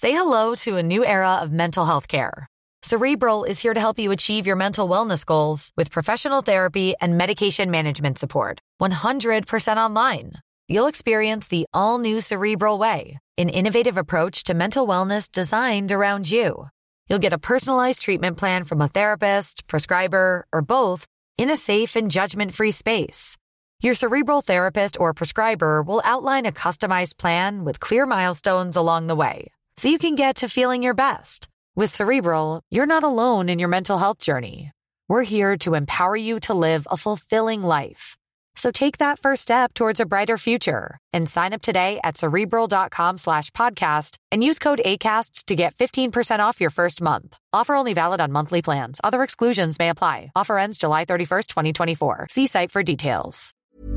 Say hello to a new era of mental health care. Cerebral is here to help you achieve your mental wellness goals with professional therapy and medication management support. 100% online. You'll experience the all-new Cerebral Way, an innovative approach to mental wellness designed around you. You'll get a personalized treatment plan from a therapist, prescriber, or both in a safe and judgment-free space. Your Cerebral therapist or prescriber will outline a customized plan with clear milestones along the way, so you can get to feeling your best. With Cerebral, you're not alone in your mental health journey. We're here to empower you to live a fulfilling life. So take that first step towards a brighter future and sign up today at Cerebral.com/podcast and use code ACAST to get 15% off your first month. Offer only valid on monthly plans. Other exclusions may apply. Offer ends July 31st, 2024. See site for details.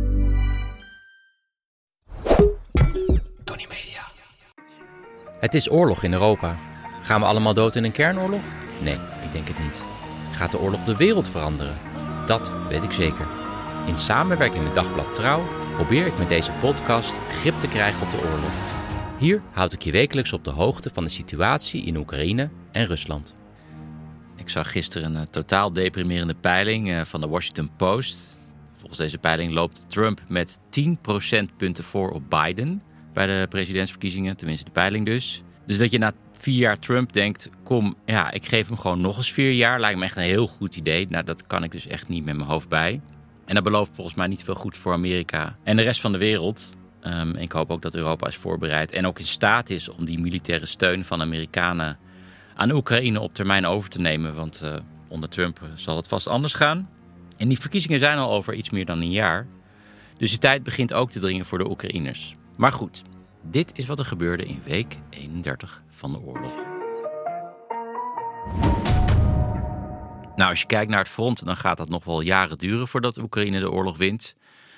Tony Media. Het is oorlog in Europa. Gaan we allemaal dood in een kernoorlog? Nee, ik denk het niet. Gaat de oorlog de wereld veranderen? Dat weet ik zeker. In samenwerking met Dagblad Trouw probeer ik met deze podcast grip te krijgen op de oorlog. Hier houd ik je wekelijks op de hoogte van de situatie in Oekraïne en Rusland. Ik zag gisteren een totaal deprimerende peiling van de Washington Post. Volgens deze peiling loopt Trump met 10 procentpunten voor op Biden bij de presidentsverkiezingen, tenminste de peiling dus. Dus dat je na 4 jaar Trump denkt, ik geef hem gewoon nog eens 4 jaar. Lijkt me echt een heel goed idee. Nou, dat kan ik dus echt niet met mijn hoofd bij. En dat belooft volgens mij niet veel goed voor Amerika en de rest van de wereld. Ik hoop ook dat Europa is voorbereid en ook in staat is om die militaire steun van Amerikanen aan Oekraïne op termijn over te nemen. Want onder Trump zal het vast anders gaan. En die verkiezingen zijn al over iets meer dan een jaar. Dus de tijd begint ook te dringen voor de Oekraïners. Maar goed, dit is wat er gebeurde in week 31 van de oorlog. Nou, als je kijkt naar het front, dan gaat dat nog wel jaren duren voordat Oekraïne de oorlog wint.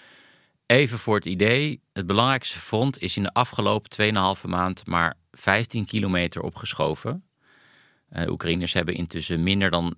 Even voor het idee, het belangrijkste front is in de afgelopen 2,5 maand maar 15 kilometer opgeschoven. Oekraïners hebben intussen minder dan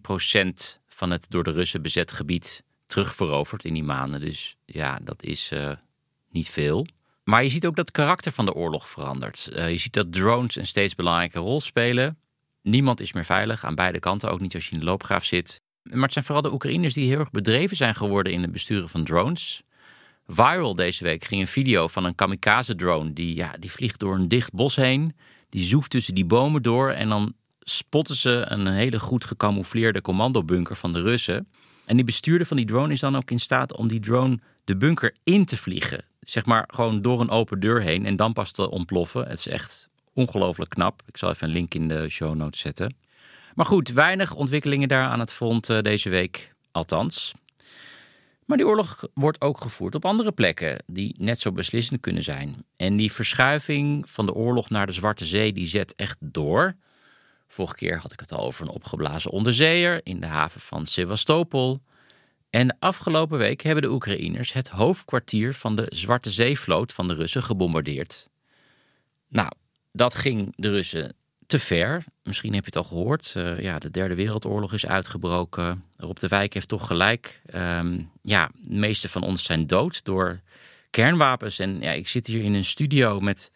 1% van het door de Russen bezet gebied terugveroverd in die maanden. Dus ja, dat is niet veel. Maar je ziet ook dat het karakter van de oorlog verandert. Je ziet dat drones een steeds belangrijke rol spelen. Niemand is meer veilig, aan beide kanten, ook niet als je in de loopgraaf zit. Maar het zijn vooral de Oekraïners die heel erg bedreven zijn geworden in het besturen van drones. Viral deze week ging een video van een kamikaze-drone. Die vliegt door een dicht bos heen. Die zoeft tussen die bomen door en dan spotten ze een hele goed gecamoufleerde commandobunker van de Russen. En die bestuurder van die drone is dan ook in staat om die drone de bunker in te vliegen. Zeg maar gewoon door een open deur heen en dan pas te ontploffen. Het is echt ongelooflijk knap. Ik zal even een link in de show notes zetten. Maar goed, weinig ontwikkelingen daar aan het front deze week, althans. Maar die oorlog wordt ook gevoerd op andere plekken die net zo beslissend kunnen zijn. En die verschuiving van de oorlog naar de Zwarte Zee, die zet echt door. Vorige keer had ik het al over een opgeblazen onderzeeër in de haven van Sevastopol. En de afgelopen week hebben de Oekraïners het hoofdkwartier van de Zwarte Zeevloot van de Russen gebombardeerd. Nou, dat ging de Russen te ver. Misschien heb je het al gehoord. De Derde Wereldoorlog is uitgebroken. Rob de Wijk heeft toch gelijk. De meeste van ons zijn dood door kernwapens. En ja, ik zit hier in een studio met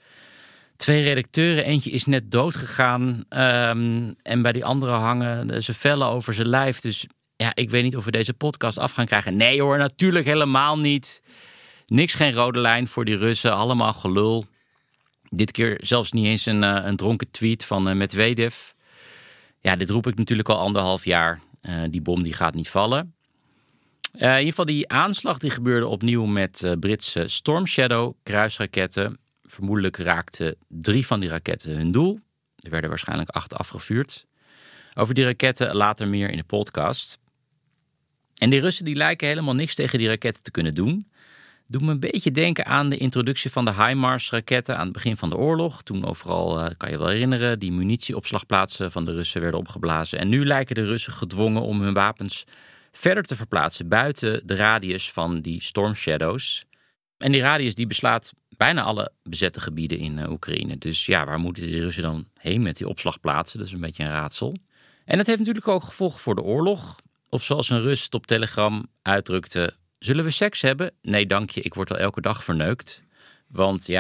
2 redacteuren. Eentje is net dood gegaan. En bij die andere hangen ze vellen over zijn lijf. Dus ja, ik weet niet of we deze podcast af gaan krijgen. Nee hoor, natuurlijk helemaal niet. Niks, geen rode lijn voor die Russen. Allemaal gelul. Dit keer zelfs niet eens een dronken tweet van Medvedev. Ja, dit roep ik natuurlijk al 1,5 jaar. Die bom die gaat niet vallen. In ieder geval die aanslag die gebeurde opnieuw met Britse Storm Shadow kruisraketten. Vermoedelijk raakten 3 van die raketten hun doel. Er werden waarschijnlijk 8 afgevuurd. Over die raketten later meer in de podcast. En die Russen die lijken helemaal niks tegen die raketten te kunnen doen. Doet me een beetje denken aan de introductie van de HIMARS-raketten aan het begin van de oorlog. Toen overal, kan je wel herinneren, die munitieopslagplaatsen van de Russen werden opgeblazen. En nu lijken de Russen gedwongen om hun wapens verder te verplaatsen buiten de radius van die Storm Shadows. En die radius die beslaat bijna alle bezette gebieden in Oekraïne. Dus ja, waar moeten de Russen dan heen met die opslagplaatsen? Dat is een beetje een raadsel. En dat heeft natuurlijk ook gevolgen voor de oorlog. Of zoals een Rus op Telegram uitdrukte: zullen we seks hebben? Nee, dank je, ik word al elke dag verneukt. Want ja,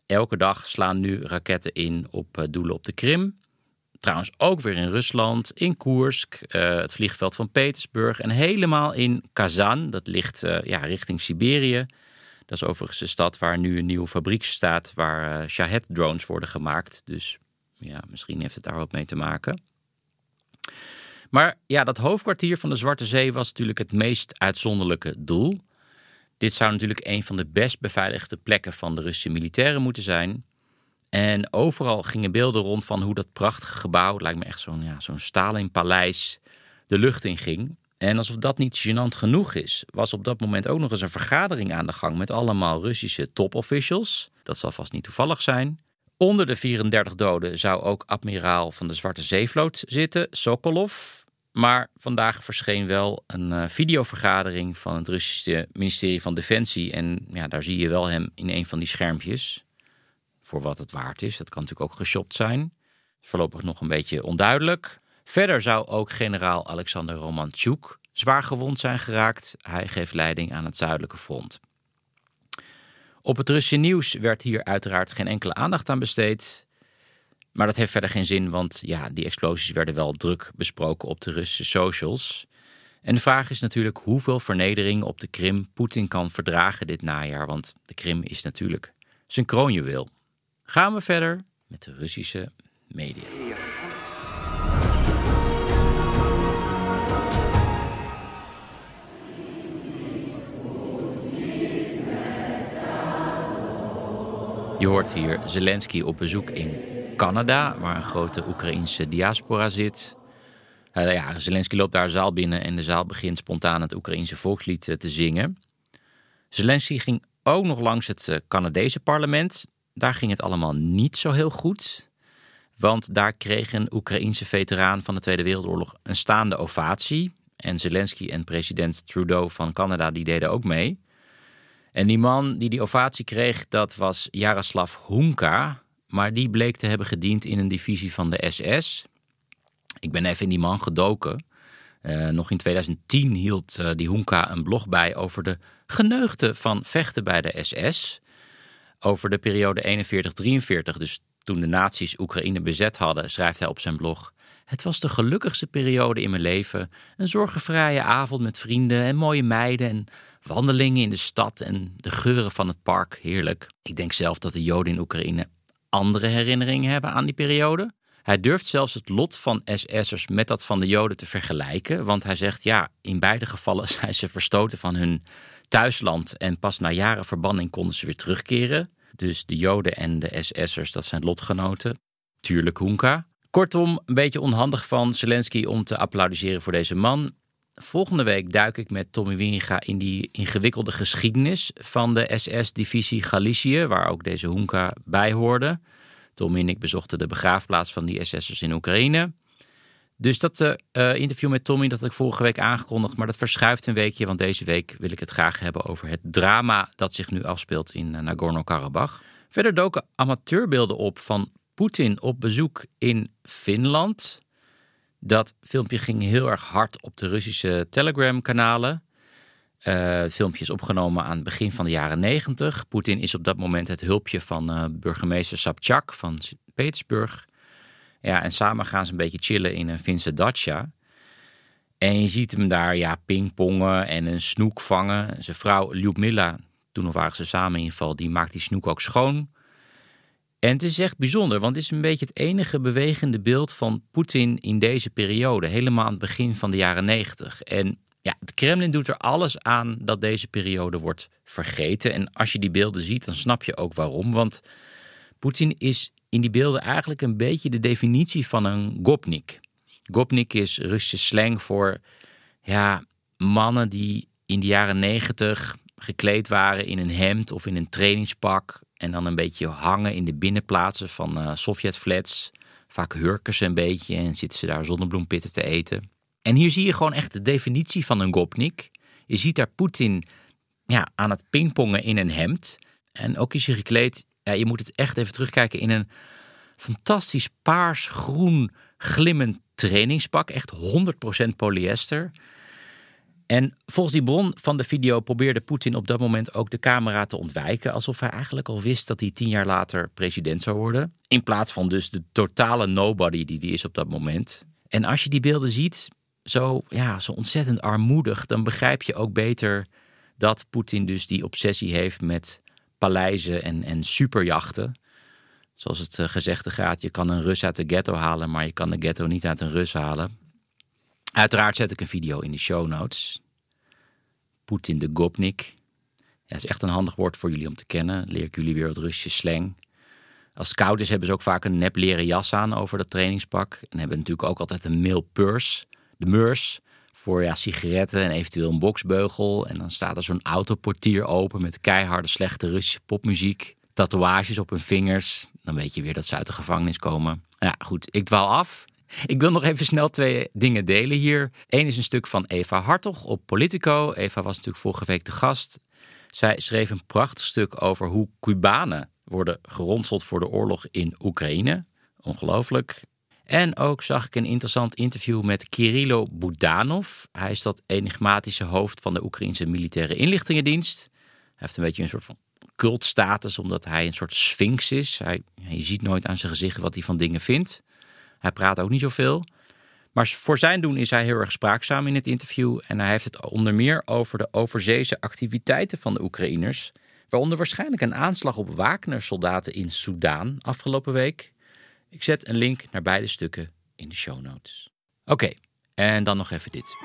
Elke dag slaan nu raketten in op doelen op de Krim. Trouwens ook weer in Rusland, in Koersk, het vliegveld van Petersburg en helemaal in Kazan. Dat ligt richting Siberië. Dat is overigens de stad waar nu een nieuwe fabriek staat waar Shahed-drones worden gemaakt. Dus ja, misschien heeft het daar wat mee te maken. Maar ja, dat hoofdkwartier van de Zwarte Zee was natuurlijk het meest uitzonderlijke doel. Dit zou natuurlijk een van de best beveiligde plekken van de Russische militairen moeten zijn. En overal gingen beelden rond van hoe dat prachtige gebouw, het lijkt me echt zo'n Stalin-paleis, de lucht in ging. En alsof dat niet gênant genoeg is, was op dat moment ook nog eens een vergadering aan de gang met allemaal Russische topofficials. Dat zal vast niet toevallig zijn. Onder de 34 doden zou ook admiraal van de Zwarte Zeevloot zitten, Sokolov. Maar vandaag verscheen wel een videovergadering van het Russische ministerie van Defensie. En ja, daar zie je wel hem in een van die schermpjes. Voor wat het waard is. Dat kan natuurlijk ook geshopt zijn. Voorlopig nog een beetje onduidelijk. Verder zou ook generaal Alexander Romanchuk zwaar gewond zijn geraakt. Hij geeft leiding aan het zuidelijke front. Op het Russische nieuws werd hier uiteraard geen enkele aandacht aan besteed. Maar dat heeft verder geen zin, want ja, die explosies werden wel druk besproken op de Russische socials. En de vraag is natuurlijk hoeveel vernedering op de Krim Poetin kan verdragen dit najaar. Want de Krim is natuurlijk zijn kroonjuweel. Gaan we verder met de Russische media. Je hoort hier Zelensky op bezoek in Canada, waar een grote Oekraïense diaspora zit. Zelensky loopt daar een zaal binnen en de zaal begint spontaan het Oekraïense volkslied te zingen. Zelensky ging ook nog langs het Canadese parlement. Daar ging het allemaal niet zo heel goed. Want daar kreeg een Oekraïense veteraan van de Tweede Wereldoorlog een staande ovatie. En Zelensky en president Trudeau van Canada die deden ook mee. En die man die ovatie kreeg, dat was Jaroslav Hunka. Maar die bleek te hebben gediend in een divisie van de SS. Ik ben even in die man gedoken. Nog in 2010 hield die Hunka een blog bij over de geneugten van vechten bij de SS. Over de periode 41-43, dus toen de nazi's Oekraïne bezet hadden, schrijft hij op zijn blog: Het was de gelukkigste periode in mijn leven. Een zorgenvrije avond met vrienden en mooie meiden en wandelingen in de stad en de geuren van het park. Heerlijk. Ik denk zelf dat de Joden in Oekraïne andere herinneringen hebben aan die periode. Hij durft zelfs het lot van SS'ers met dat van de Joden te vergelijken. Want hij zegt, ja, in beide gevallen zijn ze verstoten van hun thuisland. En pas na jaren verbanning konden ze weer terugkeren. Dus de Joden en de SS'ers, dat zijn lotgenoten. Tuurlijk Hunka. Kortom, een beetje onhandig van Zelensky om te applaudisseren voor deze man. Volgende week duik ik met Tommy Wieringa in die ingewikkelde geschiedenis van de SS-divisie Galicië, waar ook deze Hunka bij hoorde. Tommy en ik bezochten de begraafplaats van die SS'ers in Oekraïne. Dus dat interview met Tommy, dat had ik vorige week aangekondigd, maar dat verschuift een weekje, want deze week wil ik het graag hebben over het drama dat zich nu afspeelt in Nagorno-Karabach. Verder doken amateurbeelden op van Poetin op bezoek in Finland. Dat filmpje ging heel erg hard op de Russische Telegram-kanalen. Het filmpje is opgenomen aan het begin van de jaren 90. Poetin is op dat moment het hulpje van burgemeester Sobchak van Petersburg. Ja, en samen gaan ze een beetje chillen in een Finse dacha. En je ziet hem daar pingpongen en een snoek vangen. Zijn vrouw Lyudmila, toen nog waren ze samen in ieder geval, die maakt die snoek ook schoon. En het is echt bijzonder, want het is een beetje het enige bewegende beeld van Poetin in deze periode. Helemaal aan het begin van de jaren 90. En ja, het Kremlin doet er alles aan dat deze periode wordt vergeten. En als je die beelden ziet, dan snap je ook waarom. Want Poetin is in die beelden eigenlijk een beetje de definitie van een gopnik. Gopnik is Russische slang voor mannen die in de jaren 90 gekleed waren in een hemd of in een trainingspak. En dan een beetje hangen in de binnenplaatsen van Sovjetflats. Vaak hurken ze een beetje en zitten ze daar zonnebloempitten te eten. En hier zie je gewoon echt de definitie van een gopnik. Je ziet daar Poetin aan het pingpongen in een hemd. En ook is hij gekleed, je moet het echt even terugkijken, in een fantastisch paars-groen glimmend trainingspak. Echt 100% polyester. En volgens die bron van de video probeerde Poetin op dat moment ook de camera te ontwijken, alsof hij eigenlijk al wist dat hij 10 jaar later president zou worden. In plaats van dus de totale nobody die hij is op dat moment. En als je die beelden ziet, zo ontzettend armoedig, dan begrijp je ook beter dat Poetin dus die obsessie heeft met paleizen en superjachten. Zoals het gezegde gaat, je kan een Rus uit de ghetto halen, maar je kan de ghetto niet uit een Rus halen. Uiteraard zet ik een video in de show notes. Poetin de Gopnik. Ja, is echt een handig woord voor jullie om te kennen. Leer ik jullie weer wat Russische slang. Als het koud is, hebben ze ook vaak een nep leren jas aan over dat trainingspak. En hebben natuurlijk ook altijd een mail purse. De meurs voor sigaretten en eventueel een boksbeugel. En dan staat er zo'n autoportier open met keiharde, slechte Russische popmuziek. Tatoeages op hun vingers. Dan weet je weer dat ze uit de gevangenis komen. Ja, goed, ik dwaal af. Ik wil nog even snel 2 dingen delen hier. Eén is een stuk van Eva Hartog op Politico. Eva was natuurlijk vorige week de gast. Zij schreef een prachtig stuk over hoe Cubanen worden geronseld voor de oorlog in Oekraïne. Ongelooflijk. En ook zag ik een interessant interview met Kirilo Budanov. Hij is dat enigmatische hoofd van de Oekraïnse militaire inlichtingendienst. Hij heeft een beetje een soort van cultstatus, omdat hij een soort sphinx is. Je ziet nooit aan zijn gezicht wat hij van dingen vindt. Hij praat ook niet zoveel. Maar voor zijn doen is hij heel erg spraakzaam in het interview. En hij heeft het onder meer over de overzeese activiteiten van de Oekraïners. Waaronder waarschijnlijk een aanslag op Wagner-soldaten in Soudaan afgelopen week. Ik zet een link naar beide stukken in de show notes. Oké, en dan nog even dit.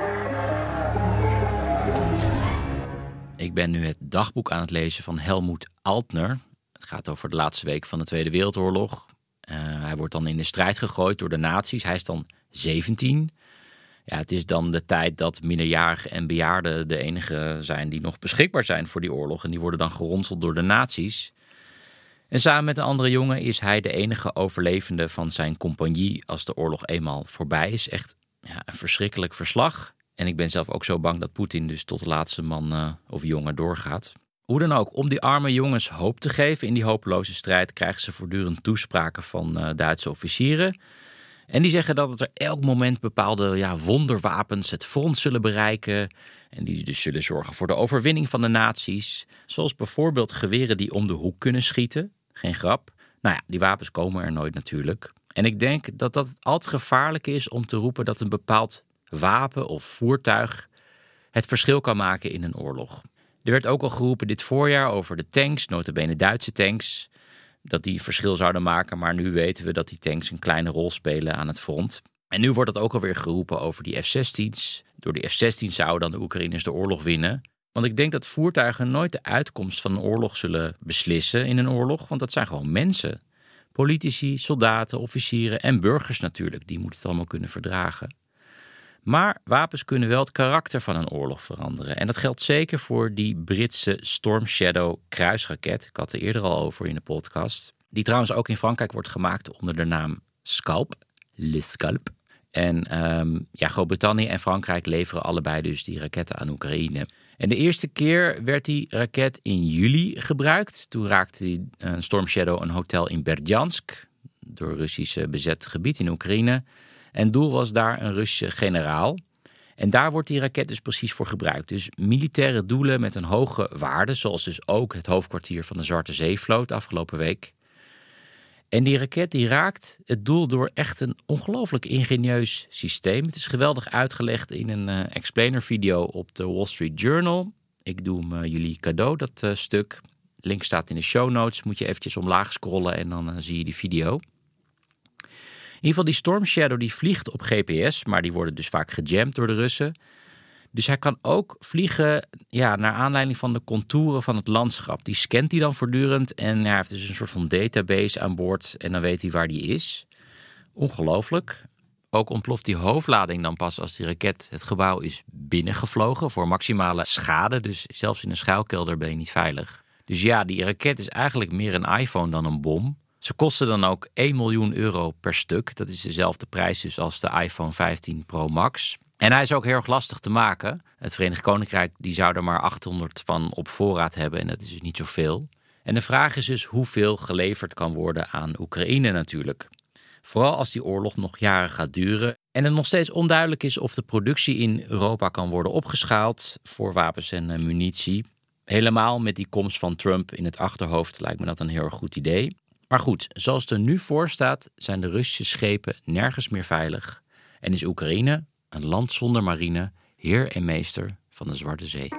Ik ben nu het dagboek aan het lezen van Helmut Altner. Het gaat over de laatste week van de Tweede Wereldoorlog. Hij wordt dan in de strijd gegooid door de nazi's. Hij is dan 17. Ja, het is dan de tijd dat minderjarigen en bejaarden de enige zijn die nog beschikbaar zijn voor die oorlog. En die worden dan geronseld door de nazi's. En samen met een andere jongen is hij de enige overlevende van zijn compagnie als de oorlog eenmaal voorbij is. Echt een verschrikkelijk verslag. En ik ben zelf ook zo bang dat Poetin dus tot de laatste man of jongen doorgaat. Hoe dan ook, om die arme jongens hoop te geven in die hopeloze strijd krijgen ze voortdurend toespraken van Duitse officieren. En die zeggen dat het er elk moment bepaalde wonderwapens het front zullen bereiken. En die dus zullen zorgen voor de overwinning van de nazi's. Zoals bijvoorbeeld geweren die om de hoek kunnen schieten. Geen grap. Nou ja, die wapens komen er nooit natuurlijk. En ik denk dat het altijd gevaarlijk is om te roepen dat een bepaald wapen of voertuig het verschil kan maken in een oorlog. Er werd ook al geroepen dit voorjaar over de tanks, nota bene Duitse tanks, dat die verschil zouden maken. Maar nu weten we dat die tanks een kleine rol spelen aan het front. En nu wordt het ook alweer geroepen over die F-16's. Door die F-16's zouden dan de Oekraïners de oorlog winnen. Want ik denk dat voertuigen nooit de uitkomst van een oorlog zullen beslissen in een oorlog. Want dat zijn gewoon mensen. Politici, soldaten, officieren en burgers natuurlijk. Die moeten het allemaal kunnen verdragen. Maar wapens kunnen wel het karakter van een oorlog veranderen. En dat geldt zeker voor die Britse Storm Shadow kruisraket. Ik had het er eerder al over in de podcast. Die trouwens ook in Frankrijk wordt gemaakt onder de naam Scalp. Le Scalp. En Groot-Brittannië en Frankrijk leveren allebei dus die raketten aan Oekraïne. En de eerste keer werd die raket in juli gebruikt. Toen raakte die Storm Shadow een hotel in Berdjansk, door Russisch bezet gebied in Oekraïne. En doel was daar een Russische generaal. En daar wordt die raket dus precies voor gebruikt. Dus militaire doelen met een hoge waarde, zoals dus ook het hoofdkwartier van de Zwarte Zeevloot afgelopen week. En die raket die raakt het doel door echt een ongelooflijk ingenieus systeem. Het is geweldig uitgelegd in een explainer video op de Wall Street Journal. Ik doe hem jullie cadeau, dat stuk. Link staat in de show notes. Moet je eventjes omlaag scrollen en dan zie je die video. In ieder geval die Storm Shadow die vliegt op GPS, maar die worden dus vaak gejamd door de Russen. Dus hij kan ook vliegen naar aanleiding van de contouren van het landschap. Die scant hij dan voortdurend en hij heeft dus een soort van database aan boord en dan weet hij waar die is. Ongelooflijk. Ook ontploft die hoofdlading dan pas als die raket het gebouw is binnengevlogen voor maximale schade. Dus zelfs in een schuilkelder ben je niet veilig. Dus ja, die raket is eigenlijk meer een iPhone dan een bom. Ze kosten dan ook 1 miljoen euro per stuk. Dat is dezelfde prijs dus als de iPhone 15 Pro Max. En hij is ook heel erg lastig te maken. Het Verenigd Koninkrijk die zou er maar 800 van op voorraad hebben. En dat is dus niet zoveel. En de vraag is dus hoeveel geleverd kan worden aan Oekraïne natuurlijk. Vooral als die oorlog nog jaren gaat duren. En het nog steeds onduidelijk is of de productie in Europa kan worden opgeschaald voor wapens en munitie. Helemaal met die komst van Trump in het achterhoofd lijkt me dat een heel erg goed idee. Maar goed, zoals het er nu voor staat, zijn de Russische schepen nergens meer veilig. En is Oekraïne, een land zonder marine, heer en meester van de Zwarte Zee.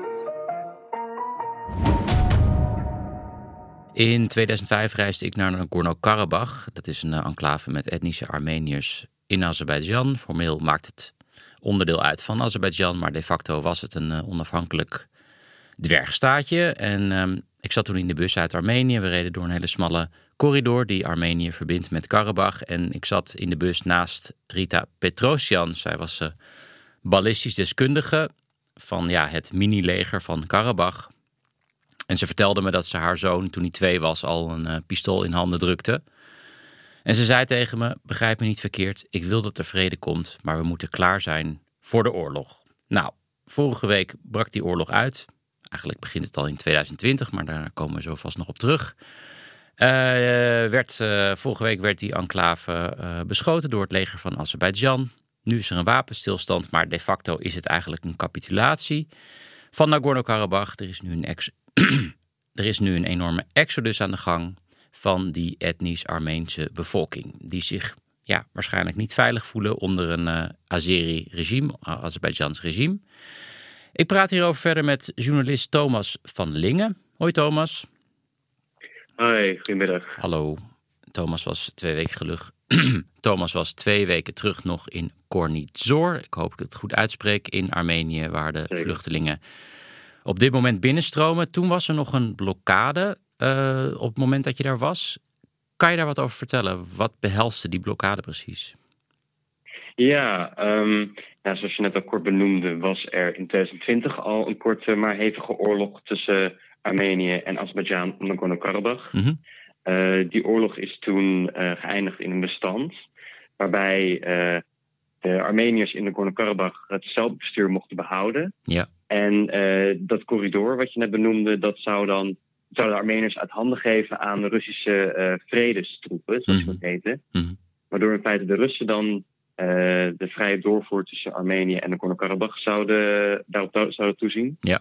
In 2005 reisde ik naar Nagorno-Karabach. Dat is een enclave met etnische Armeniërs in Azerbeidzjan. Formeel maakt het onderdeel uit van Azerbeidzjan, maar de facto was het een onafhankelijk dwergstaatje. En ik zat toen in de bus uit Armenië. We reden door een hele smalle corridor die Armenië verbindt met Karabach. En ik zat in de bus naast Rita Petrosyan. Zij was ballistisch deskundige van het mini-leger van Karabach. En ze vertelde me dat ze haar zoon, toen hij 2 was, al een pistool in handen drukte. En ze zei tegen me, begrijp me niet verkeerd, ik wil dat er vrede komt, maar we moeten klaar zijn voor de oorlog. Nou, vorige week brak die oorlog uit. Eigenlijk begint het al in 2020, maar daar komen we zo vast nog op terug. Vorige week werd die enclave beschoten door het leger van Azerbeidzjan. Nu is er een wapenstilstand, maar de facto is het eigenlijk een capitulatie van Nagorno-Karabach. Er is nu een enorme exodus aan de gang van die etnisch Armeense bevolking. Die zich waarschijnlijk niet veilig voelen onder een Azeri-regime, Azerbeidzjans regime. Ik praat hierover verder met journalist Thomas van Lingen. Hoi Thomas. Hoi, goedemiddag. Hallo. Thomas was 2 weken terug nog in Kornizor. Ik hoop dat ik het goed uitspreek. In Armenië, waar de vluchtelingen op dit moment binnenstromen. Toen was er nog een blokkade op het moment dat je daar was. Kan je daar wat over vertellen? Wat behelste die blokkade precies? Ja, zoals je net al kort benoemde, was er in 2020 al een korte maar hevige oorlog tussen Armenië en Azerbeidzjan om Nagorno-Karabach. Mm-hmm. Die oorlog is toen geëindigd in een bestand waarbij de Armeniërs in Nagorno-Karabach het zelfbestuur mochten behouden. Ja. En dat corridor wat je net benoemde, dat zouden de Armeniërs uit handen geven aan de Russische vredestroepen, zoals ze dat heten. Mm-hmm. Waardoor in feite de Russen dan de vrije doorvoer tussen Armenië en Nagorno-Karabach daarop zouden toezien. Ja.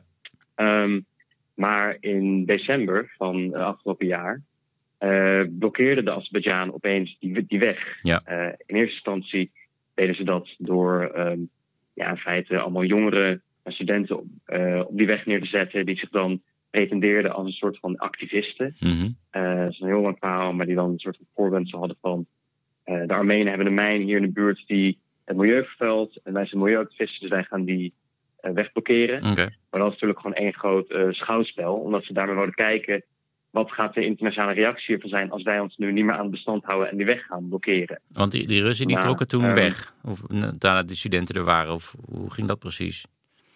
Maar in december van afgelopen jaar blokkeerde de Azerbeidzjanen opeens die weg. Ja. In eerste instantie deden ze dat door in feite allemaal jongere studenten op die weg neer te zetten, die zich dan pretendeerden als een soort van activisten. Mm-hmm. Dat is een heel lang verhaal, maar die dan een soort van voorwendsel hadden van de Armenen hebben een mijn hier in de buurt die het milieu vervuilt en wij zijn milieuactivisten, dus wij gaan die weg blokkeren. Okay. Maar dat is natuurlijk gewoon één groot schouwspel, omdat ze daarmee wilden kijken wat gaat de internationale reactie ervan zijn als wij ons nu niet meer aan het bestand houden en die weg gaan blokkeren. Want die Russen die trokken toen weg, of daarna de studenten er waren, of hoe ging dat precies?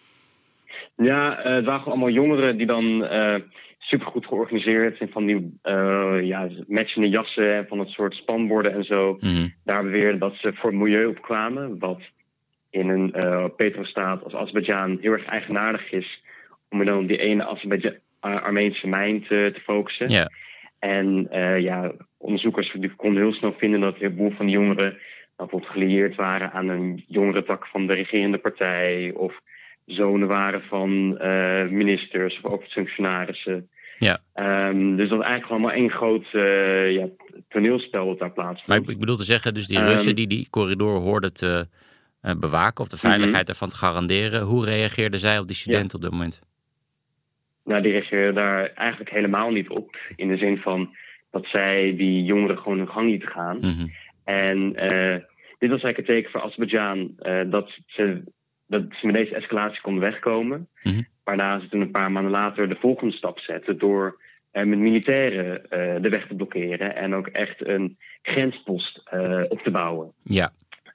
Ja, het waren gewoon allemaal jongeren die dan supergoed georganiseerd zijn van die matchende jassen en van het soort spanborden en zo. Mm-hmm. Daar beweerden dat ze voor het milieu opkwamen, wat in een petrostaat als Azerbeidzjan heel erg eigenaardig is om dan die ene Armeense mijn te focussen. Yeah. En onderzoekers die konden heel snel vinden dat een heleboel van die jongeren bijvoorbeeld gelieerd waren aan een jongerentak van de regerende partij of zonen waren van ministers of overheidsfunctionarissen. Ja. Dus dat is eigenlijk allemaal één groot toneelspel wat daar plaatsvond. Maar ik bedoel te zeggen, dus die Russen die corridor hoorden te bewaken of de veiligheid ervan te garanderen. Hoe reageerden zij op die studenten op dat moment? Nou, die reageerden daar eigenlijk helemaal niet op. In de zin van dat zij die jongeren gewoon hun gang lieten gaan. Mm-hmm. En dit was eigenlijk een teken voor Azerbeidzjan dat ze met deze escalatie konden wegkomen. Mm-hmm. Waarna ze toen een paar maanden later de volgende stap zetten door met militairen de weg te blokkeren en ook echt een grenspost op te bouwen. Ja.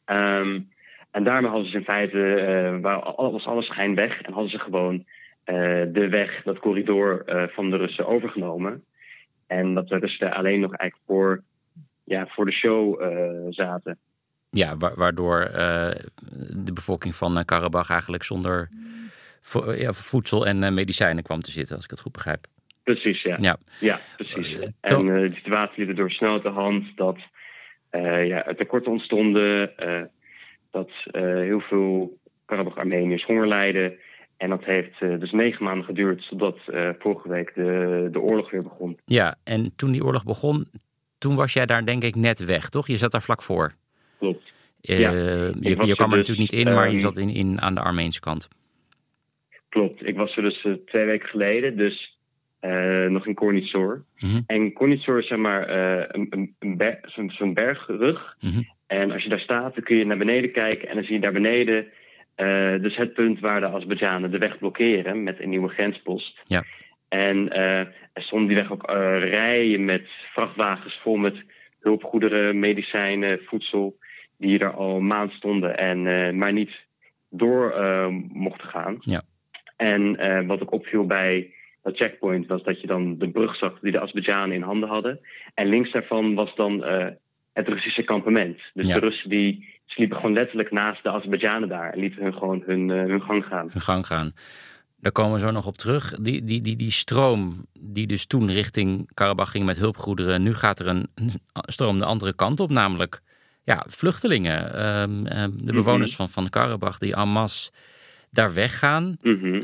En daarmee hadden ze in feite, was alle schijn weg en hadden ze gewoon de weg, dat corridor van de Russen overgenomen. En dat de Russen alleen nog eigenlijk voor de show zaten. Ja, waardoor de bevolking van Karabach eigenlijk zonder voedsel en medicijnen kwam te zitten, als ik het goed begrijp. Precies, ja. Ja, precies. En de situatie liep er door snel uit de hand dat er tekorten ontstonden. dat heel veel Karabach-Armeniërs honger lijden. En dat heeft dus 9 maanden geduurd, totdat vorige week de oorlog weer begon. Ja, en toen die oorlog begon, toen was jij daar denk ik net weg, toch? Je zat daar vlak voor. Klopt. Je kwam er natuurlijk niet in, maar je zat aan de Armeense kant. Klopt. Ik was er dus 2 weken geleden, dus nog in Kornitsor. Mm-hmm. En Kornitsor is zeg maar zo'n bergrug. Mm-hmm. En als je daar staat, dan kun je naar beneden kijken. En dan zie je daar beneden dus het punt waar de Azerbeidzjanen de weg blokkeren met een nieuwe grenspost. Ja. En er stonden die weg ook rijen met vrachtwagens vol met hulpgoederen, medicijnen, voedsel, die er al maand stonden en maar niet door mochten gaan. Ja. En wat ook opviel bij dat checkpoint was dat je dan de brug zag die de Azerbeidzjanen in handen hadden. En links daarvan was dan het Russische kampement. Dus de Russen die sliepen gewoon letterlijk naast de Azerbeidzjanen daar en lieten hun gewoon hun gang gaan. Hun gang gaan. Daar komen we zo nog op terug. Die stroom die dus toen richting Karabach ging met hulpgoederen, nu gaat er een stroom de andere kant op, namelijk vluchtelingen. De bewoners van Karabach die en masse daar weggaan.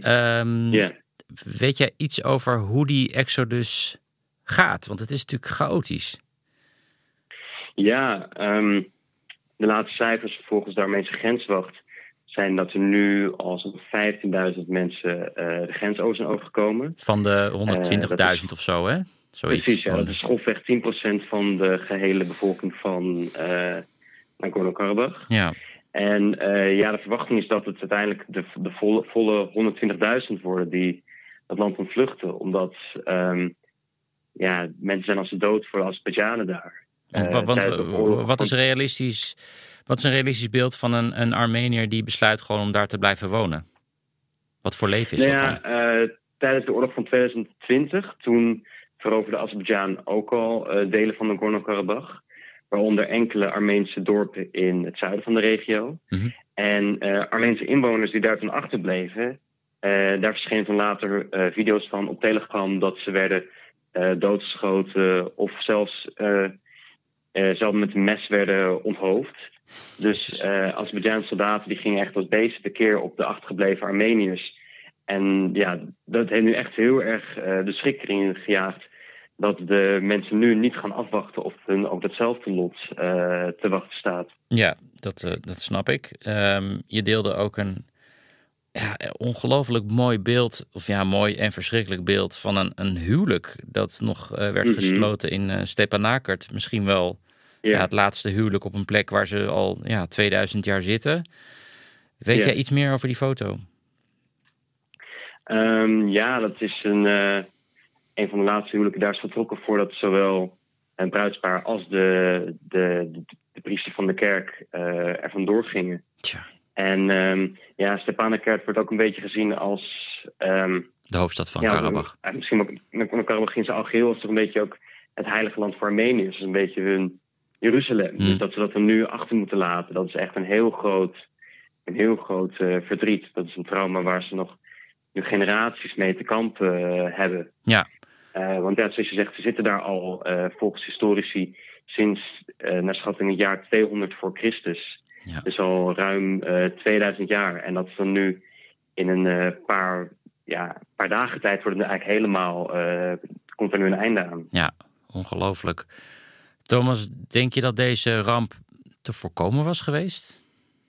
Weet jij iets over hoe die exodus gaat? Want het is natuurlijk chaotisch. Ja, de laatste cijfers volgens de Armeense grenswacht zijn dat er nu al zo'n 15.000 mensen de grens over zijn overgekomen. Van de 120.000 of zo, hè? Zoiets. Precies, ja. Dat is grofweg 10% van de gehele bevolking van Nagorno-Karabach. Ja. En de verwachting is dat het uiteindelijk de volle 120.000 worden die het land ontvluchten. Omdat mensen zijn als de dood voor de Azerbeidzjanen daar. Wat is een realistisch beeld van een Armeniër die besluit gewoon om daar te blijven wonen? Wat voor leven is dat dan? Tijdens de oorlog van 2020, toen veroverde Azerbeidzjan ook al delen van Nagorno-Karabach. Waaronder enkele Armeense dorpen in het zuiden van de regio. Mm-hmm. En Armeense inwoners die daar toen achterbleven, daar verschenen toen later video's van op Telegram dat ze werden doodgeschoten of zelfs met een mes werden onthoofd. Dus Azerbeidzjaanse soldaten die gingen echt als beesten tekeer op de achtergebleven Armeniërs. En ja, dat heeft nu echt heel erg de schrik erin gejaagd dat de mensen nu niet gaan afwachten of hun ook datzelfde lot te wachten staat. Ja, dat snap ik. Je deelde ook een ongelooflijk mooi beeld, mooi en verschrikkelijk beeld van een huwelijk dat nog werd gesloten in Stepanakert. Misschien wel het laatste huwelijk op een plek waar ze al 2000 jaar zitten. Weet jij iets meer over die foto? Dat is een van de laatste huwelijken. Daar is vertrokken voordat zowel een bruidspaar als de priester van de kerk er vandoor gingen. Tja. En Stepanakert wordt ook een beetje gezien als de hoofdstad van Karabach. Misschien ook Karabach in zijn algeheel is toch een beetje ook het heilige land voor Armeniërs. Dus een beetje hun Jeruzalem. Dus dat ze dat er nu achter moeten laten. Dat is echt een heel groot verdriet. Dat is een trauma waar ze nog nu generaties mee te kampen hebben. Ja. Want zoals je zegt, ze zitten daar al volgens historici sinds naar schatting het jaar 200 voor Christus. Ja. Dus al ruim 2000 jaar. En dat is dan nu in een paar dagen tijd wordt het eigenlijk helemaal komt er nu een einde aan. Ja, ongelooflijk. Thomas, denk je dat deze ramp te voorkomen was geweest?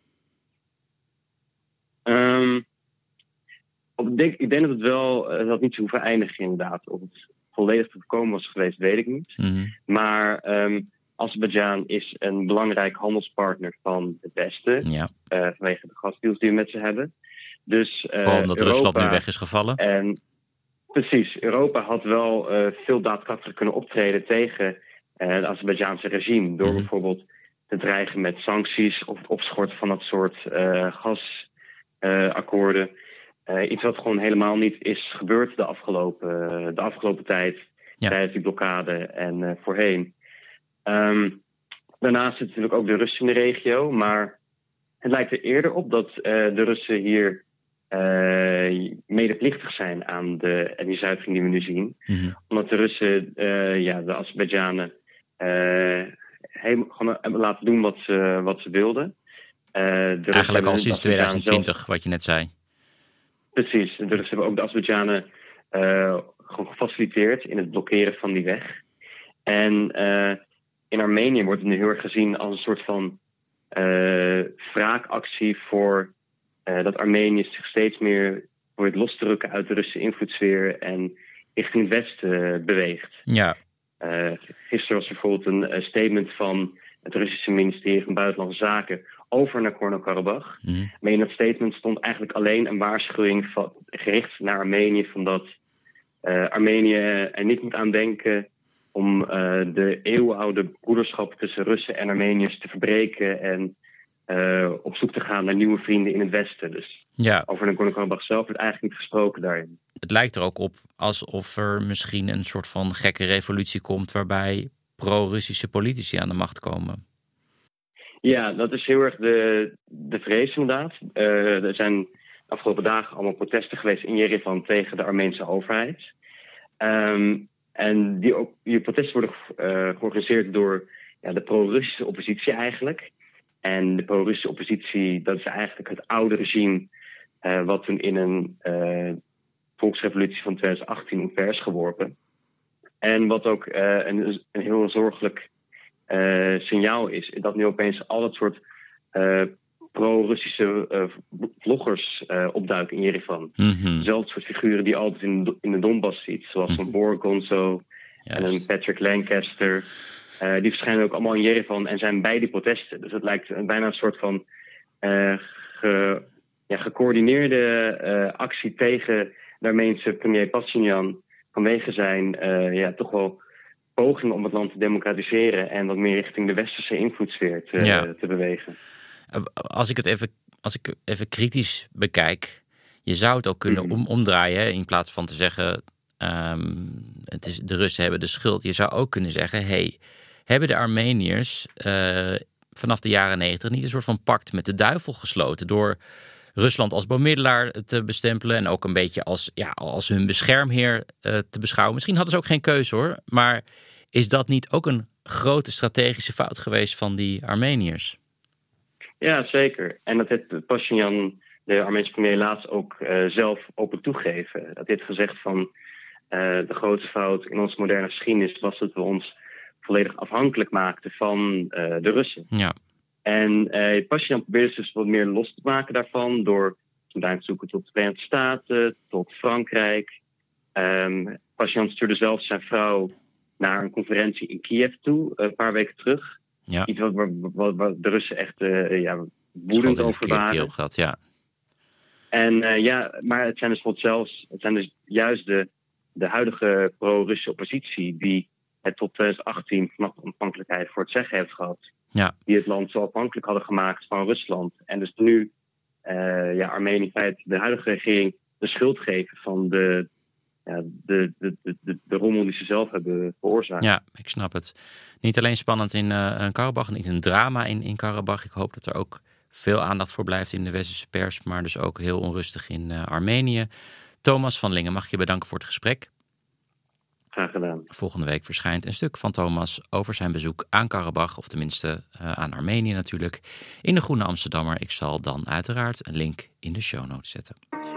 Ik denk dat het wel dat niet zo hoeven eindigen inderdaad. Of het volledig te voorkomen was geweest, weet ik niet. Mm-hmm. Maar Azerbeidzjan is een belangrijk handelspartner van het Westen. Vanwege de gasdeals die we met ze hebben. Dus, vooral omdat Rusland nu weg is gevallen. En precies, Europa had wel veel daadkrachtiger kunnen optreden tegen het Azerbeidzjaanse regime. Door bijvoorbeeld te dreigen met sancties of het opschorten van dat soort gasakkoorden. Iets wat gewoon helemaal niet is gebeurd de afgelopen tijd. Tijdens die blokkade en voorheen. Daarnaast zitten natuurlijk ook de Russen in de regio. Maar het lijkt er eerder op dat de Russen hier medeplichtig zijn aan de etnische zuivering die we nu zien. Mm-hmm. Omdat de Russen de Azerbeidzjanen gewoon hebben laten doen wat ze wilden. Eigenlijk al sinds 2020, wat je net zei. Precies. De Russen hebben ook de Azerbeidzjanen gewoon gefaciliteerd in het blokkeren van die weg. En in Armenië wordt het nu heel erg gezien als een soort van wraakactie voor dat Armenië zich steeds meer probeert los te rukken uit de Russische invloedssfeer en richting het westen beweegt. Ja. Gisteren was er bijvoorbeeld een statement van het Russische ministerie van Buitenlandse Zaken over Nagorno-Karabakh. Maar in dat statement stond eigenlijk alleen een waarschuwing gericht naar Armenië van dat Armenië er niet moet aan denken om de eeuwenoude broederschap tussen Russen en Armeniërs te verbreken en op zoek te gaan naar nieuwe vrienden in het westen. Dus over Nagorno-Karabakh zelf wordt eigenlijk niet gesproken daarin. Het lijkt er ook op alsof er misschien een soort van gekke revolutie komt waarbij pro-Russische politici aan de macht komen. Ja, dat is heel erg de vrees inderdaad. Er zijn de afgelopen dagen allemaal protesten geweest in Yerevan tegen de Armeense overheid. En die protesten worden georganiseerd door de pro-Russische oppositie eigenlijk. En de pro-Russische oppositie, dat is eigenlijk het oude regime wat toen in een volksrevolutie van 2018 omver is geworpen. En wat ook een heel zorgelijk signaal is dat nu opeens al dat soort pro-Russische vloggers opduiken in Yerevan. Dezelfde soort figuren die je altijd in de Donbass ziet, zoals een Boris Gonzo en een Patrick Lancaster. Die verschijnen ook allemaal in Yerevan en zijn bij die protesten. Dus het lijkt bijna een soort van gecoördineerde actie tegen de Armeense premier Pashinyan vanwege zijn toch wel pogingen om het land te democratiseren en wat meer richting de westerse invloedssfeer te bewegen. Als ik even kritisch bekijk, je zou het ook kunnen omdraaien in plaats van te zeggen de Russen hebben de schuld. Je zou ook kunnen zeggen, hebben de Armeniërs vanaf de jaren 90 niet een soort van pact met de duivel gesloten door Rusland als bemiddelaar te bestempelen en ook een beetje als hun beschermheer te beschouwen. Misschien hadden ze ook geen keuze hoor, maar is dat niet ook een grote strategische fout geweest van die Armeniërs? Ja, zeker. En dat heeft Pashinyan, de Armeense premier, laatst ook zelf open toegegeven. Dat hij heeft gezegd van de grootste fout in onze moderne geschiedenis was dat we ons volledig afhankelijk maakten van de Russen. Ja. En Pashinyan probeerde dus wat meer los te maken daarvan door te zoeken tot de Verenigde Staten, tot Frankrijk. Pashinyan stuurde zelfs zijn vrouw naar een conferentie in Kiev toe, een paar weken terug. Ja. Iets waar de Russen echt woedend over waren. Gehad, ja. En maar het zijn dus juist de huidige pro-Russische oppositie die het tot 2018 vanaf de onafhankelijkheid voor het zeggen heeft gehad. Ja. Die het land zo afhankelijk hadden gemaakt van Rusland. En dus nu Armenië in feite de huidige regering de schuld geven van de rommel die ze zelf hebben veroorzaakt. Ja, ik snap het. Niet alleen spannend in Karabach, niet een drama in Karabach. Ik hoop dat er ook veel aandacht voor blijft in de westerse pers, maar dus ook heel onrustig in Armenië. Thomas van Lingen, mag ik je bedanken voor het gesprek. Graag gedaan. Volgende week verschijnt een stuk van Thomas over zijn bezoek aan Karabach, of tenminste aan Armenië natuurlijk, in de Groene Amsterdammer. Ik zal dan uiteraard een link in de show notes zetten.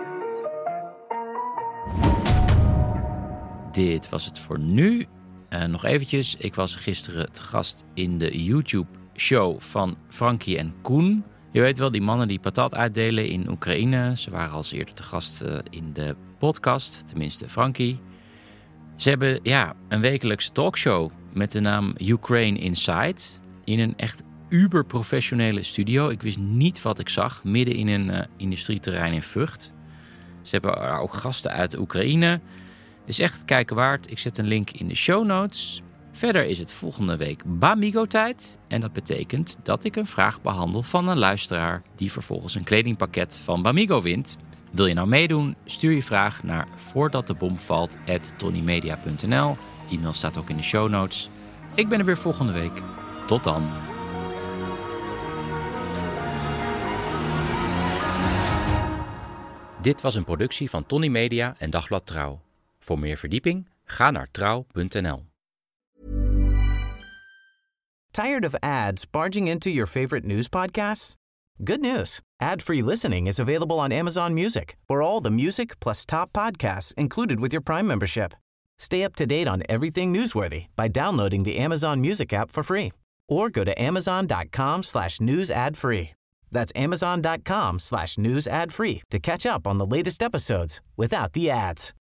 Dit was het voor nu. Nog eventjes, ik was gisteren te gast in de YouTube-show van Frankie en Koen. Je weet wel, die mannen die patat uitdelen in Oekraïne. Ze waren al eerder te gast in de podcast, tenminste Frankie. Ze hebben een wekelijkse talkshow met de naam Ukraine Inside. In een echt uberprofessionele studio. Ik wist niet wat ik zag, midden in een industrieterrein in Vught. Ze hebben ook gasten uit Oekraïne. Is echt kijken waard. Ik zet een link in de show notes. Verder is het volgende week Bamigo-tijd. En dat betekent dat ik een vraag behandel van een luisteraar die vervolgens een kledingpakket van Bamigo wint. Wil je nou meedoen? Stuur je vraag naar voordatdebomvalt@tonymedia.nl. E-mail staat ook in de show notes. Ik ben er weer volgende week. Tot dan. Dit was een productie van Tony Media en Dagblad Trouw. Voor meer verdieping, ga naar trouw.nl. Tired of ads barging into your favorite news podcasts? Good news. Ad-free listening is available on Amazon Music for all the music plus top podcasts included with your Prime membership. Stay up to date on everything newsworthy by downloading the Amazon Music app for free or go to amazon.com/news ad free. That's amazon.com/news ad free to catch up on the latest episodes without the ads.